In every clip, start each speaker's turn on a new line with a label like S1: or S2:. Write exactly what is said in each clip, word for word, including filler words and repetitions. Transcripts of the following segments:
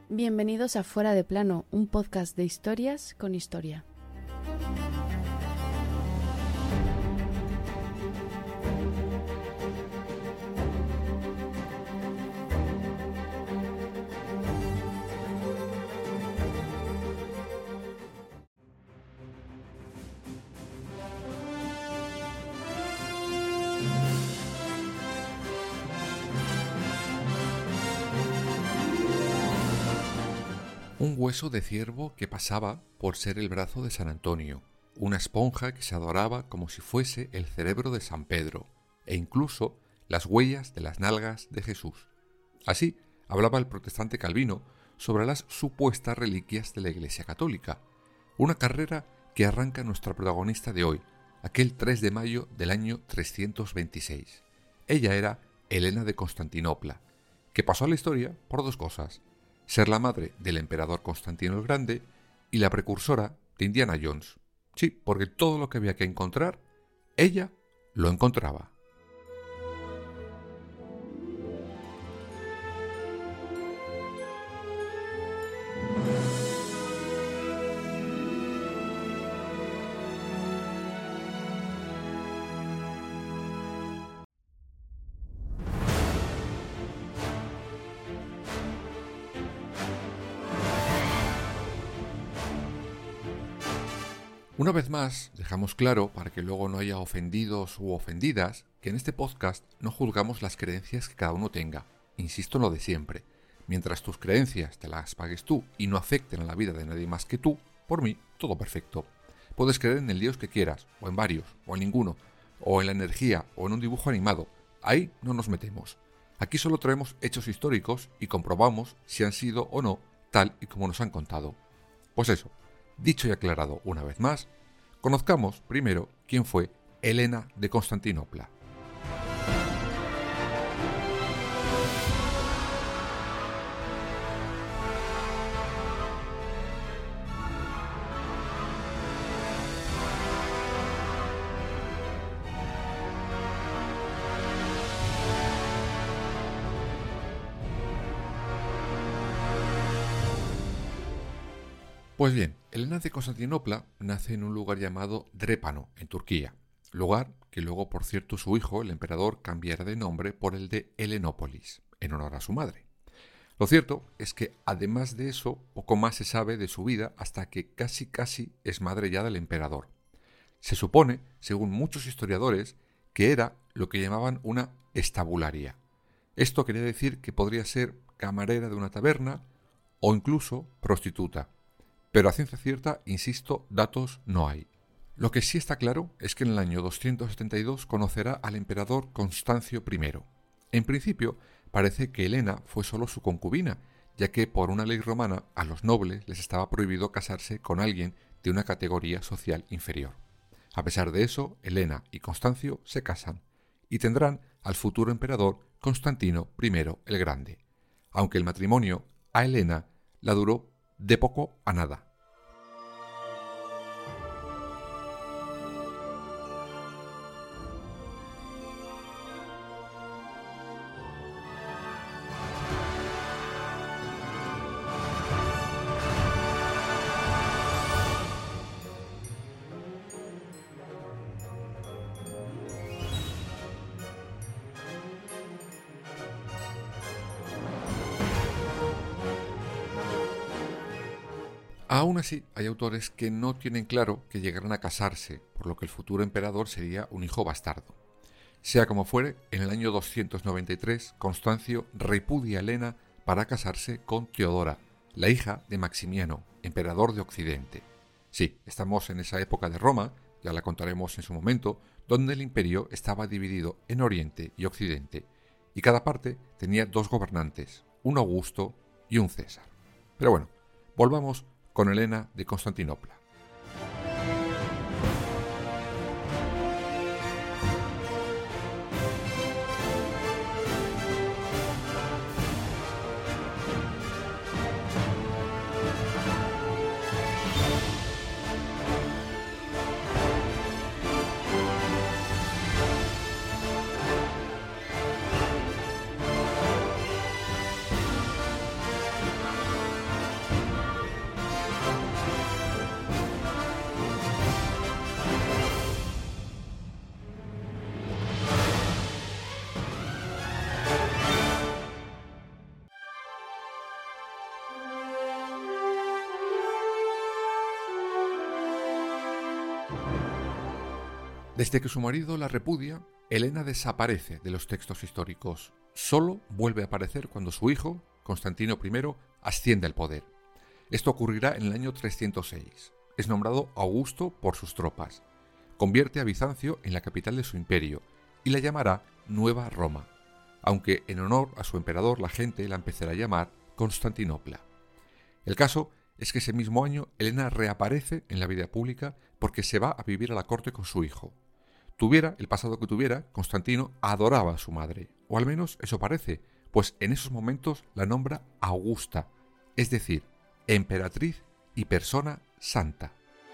S1: Bienvenidos a Fuera de Plano, un podcast de historias con historia.
S2: Un hueso de ciervo que pasaba por ser el brazo de San Antonio, una esponja que se adoraba como si fuese el cerebro de San Pedro, e incluso las huellas de las nalgas de Jesús. Así hablaba el protestante Calvino sobre las supuestas reliquias de la Iglesia Católica, una carrera que arranca nuestra protagonista de hoy, aquel tres de mayo del año trescientos veintiséis. Ella era Helena de Constantinopla, que pasó a la historia por dos cosas: ser la madre del emperador Constantino el Grande y la precursora de Indiana Jones. Sí, porque todo lo que había que encontrar, ella lo encontraba. Una vez más, dejamos claro, para que luego no haya ofendidos u ofendidas, que en este podcast no juzgamos las creencias que cada uno tenga. Insisto en lo de siempre. Mientras tus creencias te las pagues tú y no afecten a la vida de nadie más que tú, por mí, todo perfecto. Puedes creer en el dios que quieras, o en varios, o en ninguno, o en la energía, o en un dibujo animado. Ahí no nos metemos. Aquí solo traemos hechos históricos y comprobamos si han sido o no tal y como nos han contado. Pues eso. Dicho y aclarado una vez más, conozcamos primero quién fue Helena de Constantinopla. Pues bien, Helena de Constantinopla nace en un lugar llamado Drépano, en Turquía, lugar que luego, por cierto, su hijo, el emperador, cambiará de nombre por el de Helenópolis, en honor a su madre. Lo cierto es que, además de eso, poco más se sabe de su vida hasta que casi casi es madre ya del emperador. Se supone, según muchos historiadores, que era lo que llamaban una estabularia. Esto quería decir que podría ser camarera de una taberna o incluso prostituta. Pero a ciencia cierta, insisto, datos no hay. Lo que sí está claro es que en el año doscientos setenta y dos conocerá al emperador Constancio primero. En principio, parece que Helena fue solo su concubina, ya que por una ley romana a los nobles les estaba prohibido casarse con alguien de una categoría social inferior. A pesar de eso, Helena y Constancio se casan y tendrán al futuro emperador Constantino primero el Grande, aunque el matrimonio a Helena la duró de poco a nada. Aún así, hay autores que no tienen claro que llegarán a casarse, por lo que el futuro emperador sería un hijo bastardo. Sea como fuere, en el año doscientos noventa y tres, Constancio repudia a Helena para casarse con Teodora, la hija de Maximiano, emperador de Occidente. Sí, estamos en esa época de Roma, ya la contaremos en su momento, donde el imperio estaba dividido en Oriente y Occidente, y cada parte tenía dos gobernantes, un Augusto y un César. Pero bueno, volvamos con Helena de Constantinopla. Desde que su marido la repudia, Helena desaparece de los textos históricos. Solo vuelve a aparecer cuando su hijo, Constantino primero, asciende al poder. Esto ocurrirá en el año trescientos seis. Es nombrado Augusto por sus tropas. Convierte a Bizancio en la capital de su imperio y la llamará Nueva Roma, aunque en honor a su emperador la gente la empezará a llamar Constantinopla. El caso es que ese mismo año Helena reaparece en la vida pública porque se va a vivir a la corte con su hijo. Tuviera el pasado que tuviera, Constantino adoraba a su madre, o al menos eso parece, pues en esos momentos la nombra Augusta, es decir, emperatriz y persona santa.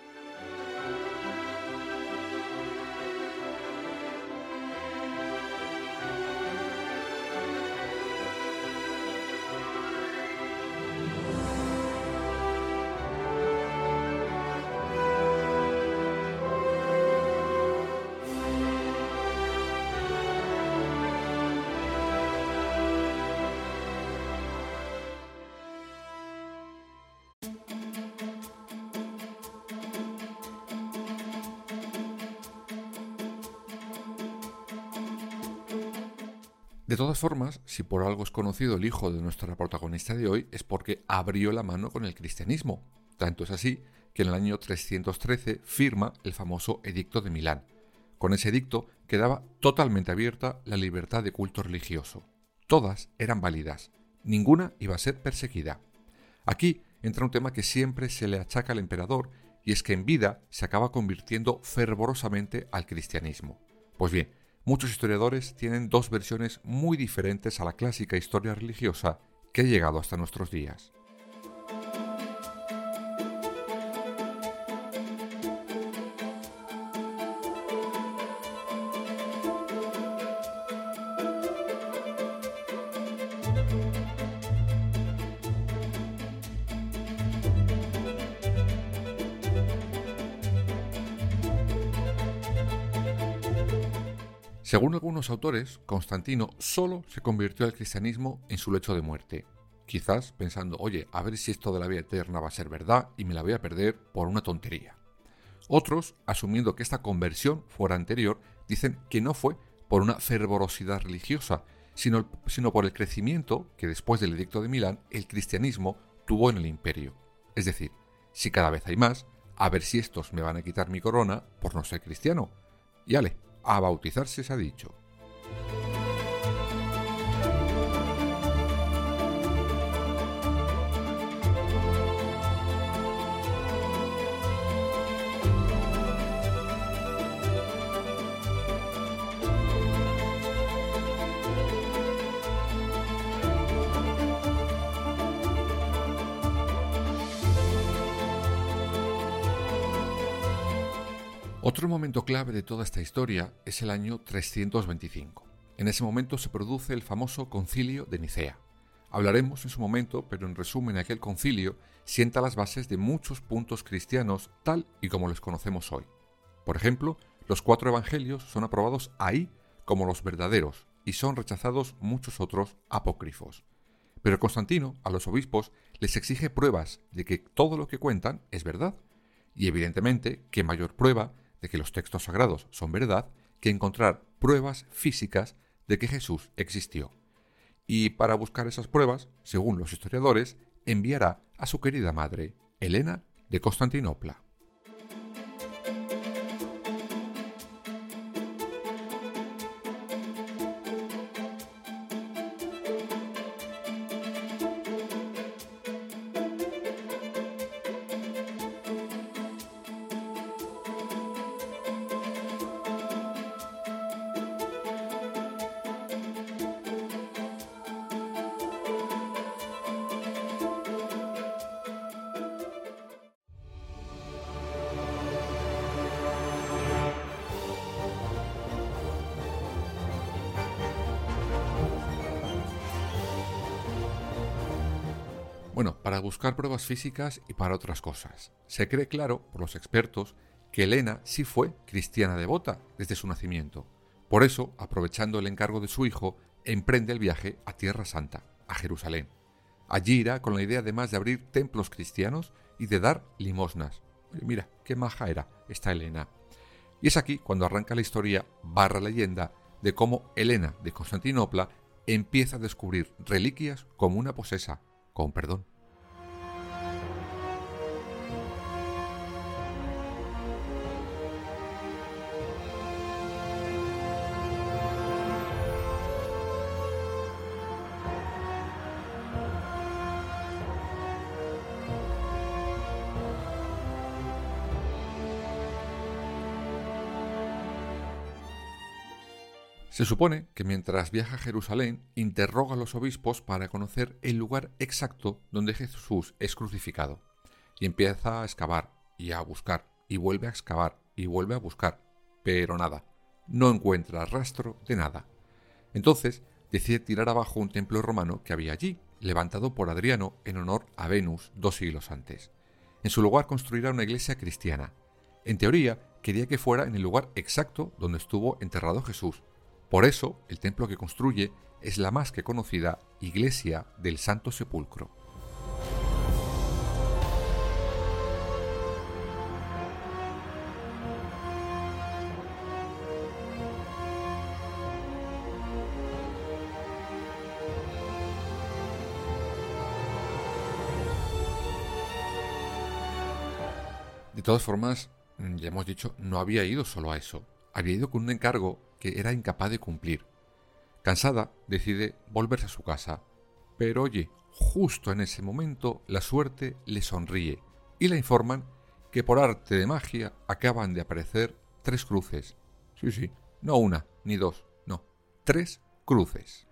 S2: De todas formas, si por algo es conocido el hijo de nuestra protagonista de hoy, es porque abrió la mano con el cristianismo. Tanto es así que en el año trescientos trece firma el famoso Edicto de Milán. Con ese edicto quedaba totalmente abierta la libertad de culto religioso. Todas eran válidas, ninguna iba a ser perseguida. Aquí entra un tema que siempre se le achaca al emperador, y es que en vida se acaba convirtiendo fervorosamente al cristianismo. Pues bien, muchos historiadores tienen dos versiones muy diferentes a la clásica historia religiosa que ha llegado hasta nuestros días. Según algunos autores, Constantino solo se convirtió al cristianismo en su lecho de muerte, quizás pensando, oye, a ver si esto de la vida eterna va a ser verdad y me la voy a perder por una tontería. Otros, asumiendo que esta conversión fuera anterior, dicen que no fue por una fervorosidad religiosa, sino, sino por el crecimiento que después del Edicto de Milán el cristianismo tuvo en el imperio. Es decir, si cada vez hay más, a ver si estos me van a quitar mi corona por no ser cristiano. Y ale, a bautizarse se ha dicho. Otro momento clave de toda esta historia es el año trescientos veinticinco. En ese momento se produce el famoso Concilio de Nicea. Hablaremos en su momento, pero en resumen aquel concilio sienta las bases de muchos puntos cristianos tal y como los conocemos hoy. Por ejemplo, los cuatro evangelios son aprobados ahí como los verdaderos y son rechazados muchos otros apócrifos. Pero Constantino a los obispos les exige pruebas de que todo lo que cuentan es verdad. Y evidentemente, ¿qué mayor prueba de que los textos sagrados son verdad que encontrar pruebas físicas de que Jesús existió? Y para buscar esas pruebas, según los historiadores, enviará a su querida madre, Helena de Constantinopla. Bueno, para buscar pruebas físicas y para otras cosas. Se cree claro, por los expertos, que Helena sí fue cristiana devota desde su nacimiento. Por eso, aprovechando el encargo de su hijo, emprende el viaje a Tierra Santa, a Jerusalén. Allí irá con la idea además de abrir templos cristianos y de dar limosnas. Mira, qué maja era esta Helena. Y es aquí cuando arranca la historia barra leyenda de cómo Helena de Constantinopla empieza a descubrir reliquias como una posesa, con perdón. Se supone que mientras viaja a Jerusalén interroga a los obispos para conocer el lugar exacto donde Jesús es crucificado y empieza a excavar y a buscar y vuelve a excavar y vuelve a buscar, pero nada, no encuentra rastro de nada. Entonces decide tirar abajo un templo romano que había allí, levantado por Adriano en honor a Venus dos siglos antes. En su lugar construirá una iglesia cristiana. En teoría quería que fuera en el lugar exacto donde estuvo enterrado Jesús. Por eso, el templo que construye es la más que conocida Iglesia del Santo Sepulcro. De todas formas, ya hemos dicho, no había ido solo a eso. Había ido con un encargo que era incapaz de cumplir. Cansada, decide volverse a su casa. Pero oye, justo en ese momento la suerte le sonríe y le informan que por arte de magia acaban de aparecer tres cruces. Sí, sí, no una, ni dos, no, tres cruces.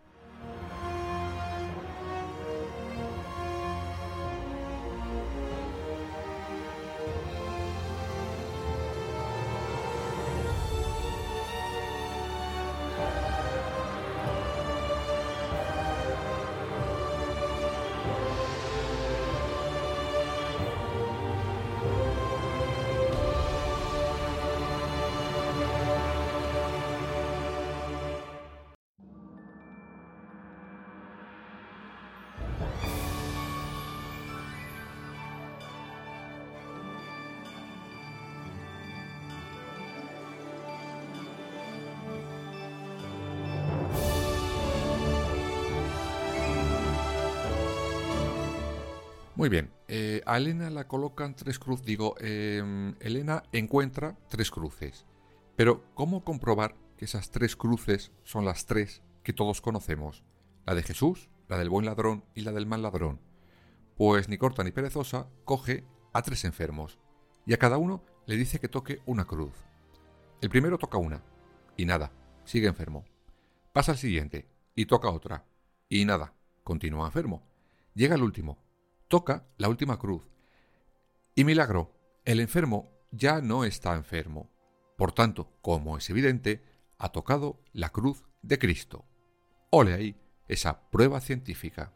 S2: Muy bien, eh, a Helena la colocan tres cruces, digo, eh, Helena encuentra tres cruces, pero ¿cómo comprobar que esas tres cruces son las tres que todos conocemos? La de Jesús, la del buen ladrón y la del mal ladrón. Pues ni corta ni perezosa, coge a tres enfermos y a cada uno le dice que toque una cruz. El primero toca una y nada, sigue enfermo. Pasa al siguiente y toca otra y nada, continúa enfermo. Llega el último. Toca la última cruz. Y milagro, el enfermo ya no está enfermo. Por tanto, como es evidente, ha tocado la cruz de Cristo. Ole ahí esa prueba científica.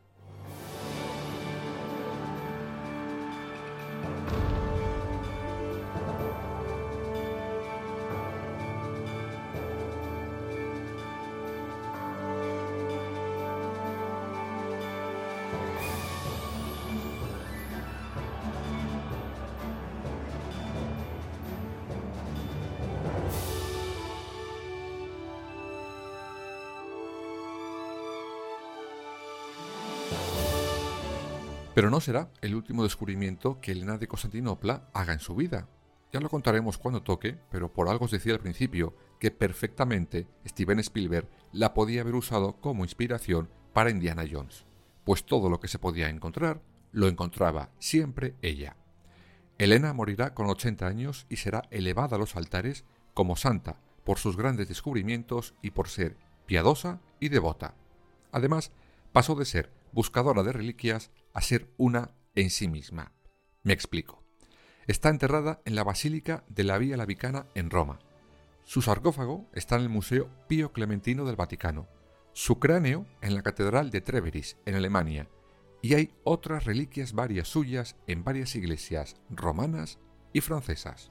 S2: Pero no será el último descubrimiento que Helena de Constantinopla haga en su vida. Ya lo contaremos cuando toque, pero por algo os decía al principio que perfectamente Steven Spielberg la podía haber usado como inspiración para Indiana Jones, pues todo lo que se podía encontrar lo encontraba siempre ella. Helena morirá con ochenta años y será elevada a los altares como santa por sus grandes descubrimientos y por ser piadosa y devota. Además, pasó de ser buscadora de reliquias a ser una en sí misma. Me explico. Está enterrada en la Basílica de la Vía Lavicana en Roma. Su sarcófago está en el Museo Pío Clementino del Vaticano. Su cráneo en la Catedral de Treveris, en Alemania. Y hay otras reliquias varias suyas en varias iglesias romanas y francesas.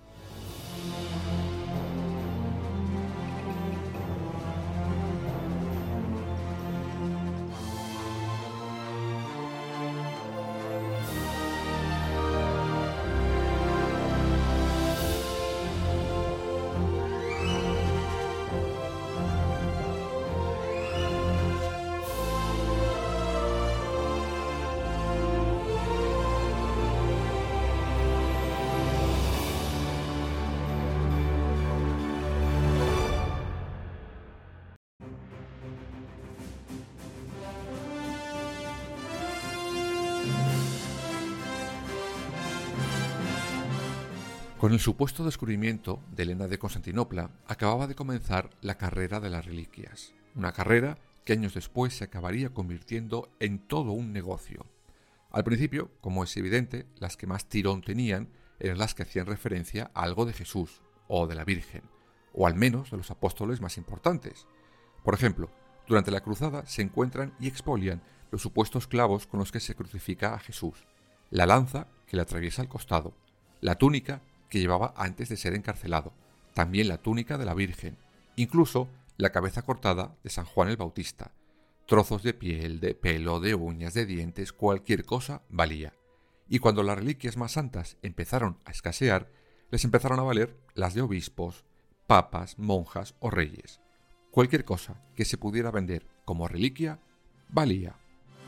S2: Con el supuesto descubrimiento de Helena de Constantinopla, acababa de comenzar la carrera de las reliquias, una carrera que años después se acabaría convirtiendo en todo un negocio. Al principio, como es evidente, las que más tirón tenían eran las que hacían referencia a algo de Jesús o de la Virgen, o al menos de los apóstoles más importantes. Por ejemplo, durante la cruzada se encuentran y expolian los supuestos clavos con los que se crucifica a Jesús, la lanza que le atraviesa el costado, la túnica que llevaba antes de ser encarcelado, también la túnica de la Virgen, incluso la cabeza cortada de San Juan el Bautista. Trozos de piel, de pelo, de uñas, de dientes, cualquier cosa valía. Y cuando las reliquias más santas empezaron a escasear, les empezaron a valer las de obispos, papas, monjas o reyes. Cualquier cosa que se pudiera vender como reliquia, valía.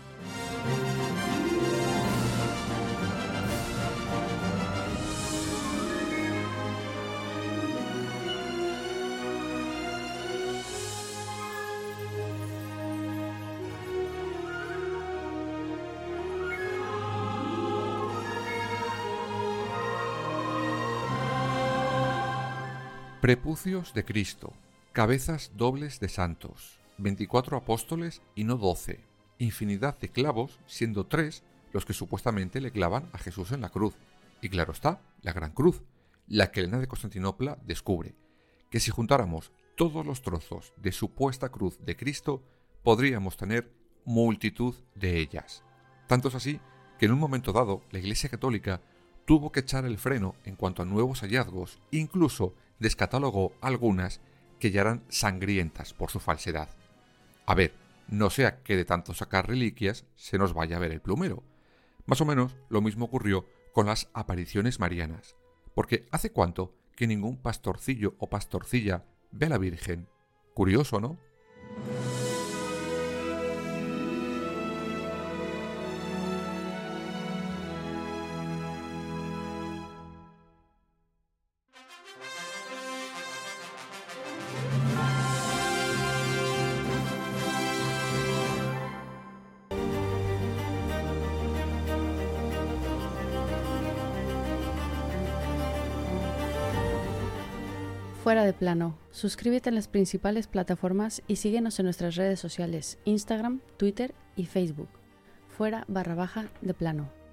S2: Prepucios de Cristo, cabezas dobles de santos, veinticuatro apóstoles y no doce, infinidad de clavos, siendo tres los que supuestamente le clavan a Jesús en la cruz. Y claro está, la gran cruz, la que Helena de Constantinopla descubre, que si juntáramos todos los trozos de supuesta cruz de Cristo, podríamos tener multitud de ellas. Tanto es así que en un momento dado la Iglesia Católica tuvo que echar el freno en cuanto a nuevos hallazgos, incluso descatalogó algunas que ya eran sangrientas por su falsedad. A ver, no sea que de tanto sacar reliquias se nos vaya a ver el plumero. Más o menos lo mismo ocurrió con las apariciones marianas, porque ¿hace cuánto que ningún pastorcillo o pastorcilla ve a la Virgen? Curioso, ¿no?
S1: Fuera de plano. Suscríbete en las principales plataformas y síguenos en nuestras redes sociales, Instagram, Twitter y Facebook. Fuera barra baja de plano.